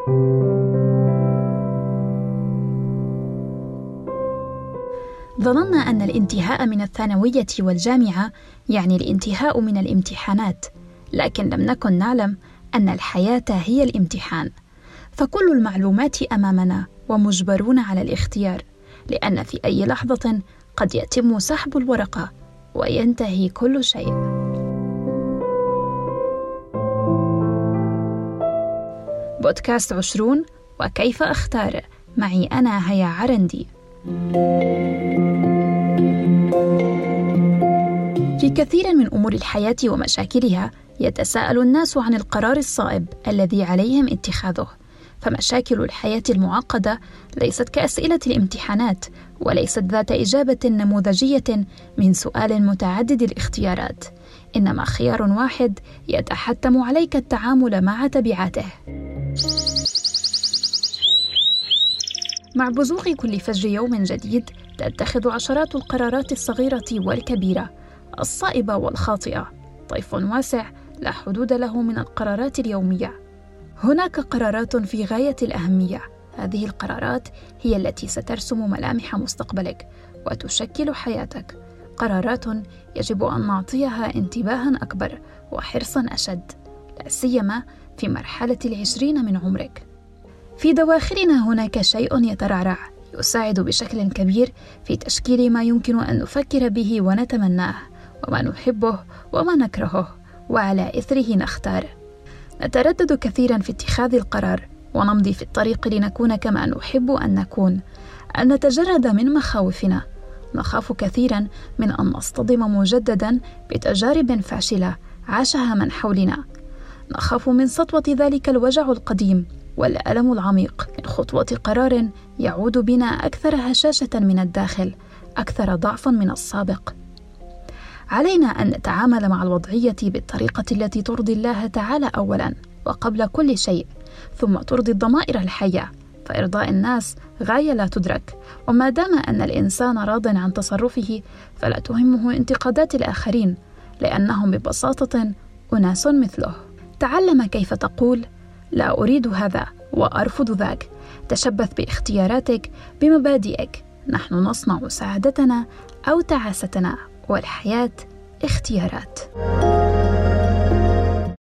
ظننا أن الانتهاء من الثانوية والجامعة يعني الانتهاء من الامتحانات، لكن لم نكن نعلم أن الحياة هي الامتحان. فكل المعلومات أمامنا ومجبرون على الاختيار، لأن في أي لحظة قد يتم سحب الورقة وينتهي كل شيء. بودكاست 20 وكيف أختار، معي أنا هيا عرندي. في كثير من أمور الحياة ومشاكلها يتساءل الناس عن القرار الصائب الذي عليهم اتخاذه. فمشاكل الحياة المعقدة ليست كأسئلة الامتحانات، وليست ذات إجابة نموذجية من سؤال متعدد الاختيارات، إنما خيار واحد يتحتم عليك التعامل مع تبعاته. مع بزوغ كل فجر يوم جديد تتخذ عشرات القرارات الصغيرة والكبيرة، الصائبة والخاطئة. طيف واسع لا حدود له من القرارات اليومية. هناك قرارات في غاية الأهمية، هذه القرارات هي التي سترسم ملامح مستقبلك وتشكل حياتك. قرارات يجب أن نعطيها انتباها أكبر وحرصا أشد، لا سيما في مرحلة 20 من عمرك. في دواخلنا هناك شيء يترعرع يساعد بشكل كبير في تشكيل ما يمكن أن نفكر به ونتمناه، وما نحبه وما نكرهه، وعلى إثره نختار. نتردد كثيرا في اتخاذ القرار ونمضي في الطريق لنكون كما نحب أن نكون، أن نتجرد من مخاوفنا. نخاف كثيرا من أن نصطدم مجددا بتجارب فاشلة عاشها من حولنا. نخاف من سطوة ذلك الوجع القديم والألم العميق، من خطوة قرار يعود بنا أكثر هشاشة من الداخل، أكثر ضعفا من السابق. علينا أن نتعامل مع الوضعية بالطريقة التي ترضي الله تعالى أولا وقبل كل شيء، ثم ترضي الضمائر الحية، فإرضاء الناس غاية لا تدرك. وما دام أن الإنسان راض عن تصرفه فلا تهمه انتقادات الآخرين، لأنهم ببساطة أناس مثله. تعلم كيف تقول لا أريد هذا وأرفض ذاك. تشبث باختياراتك، بمبادئك. نحن نصنع سعادتنا أو تعاستنا، والحياة اختيارات.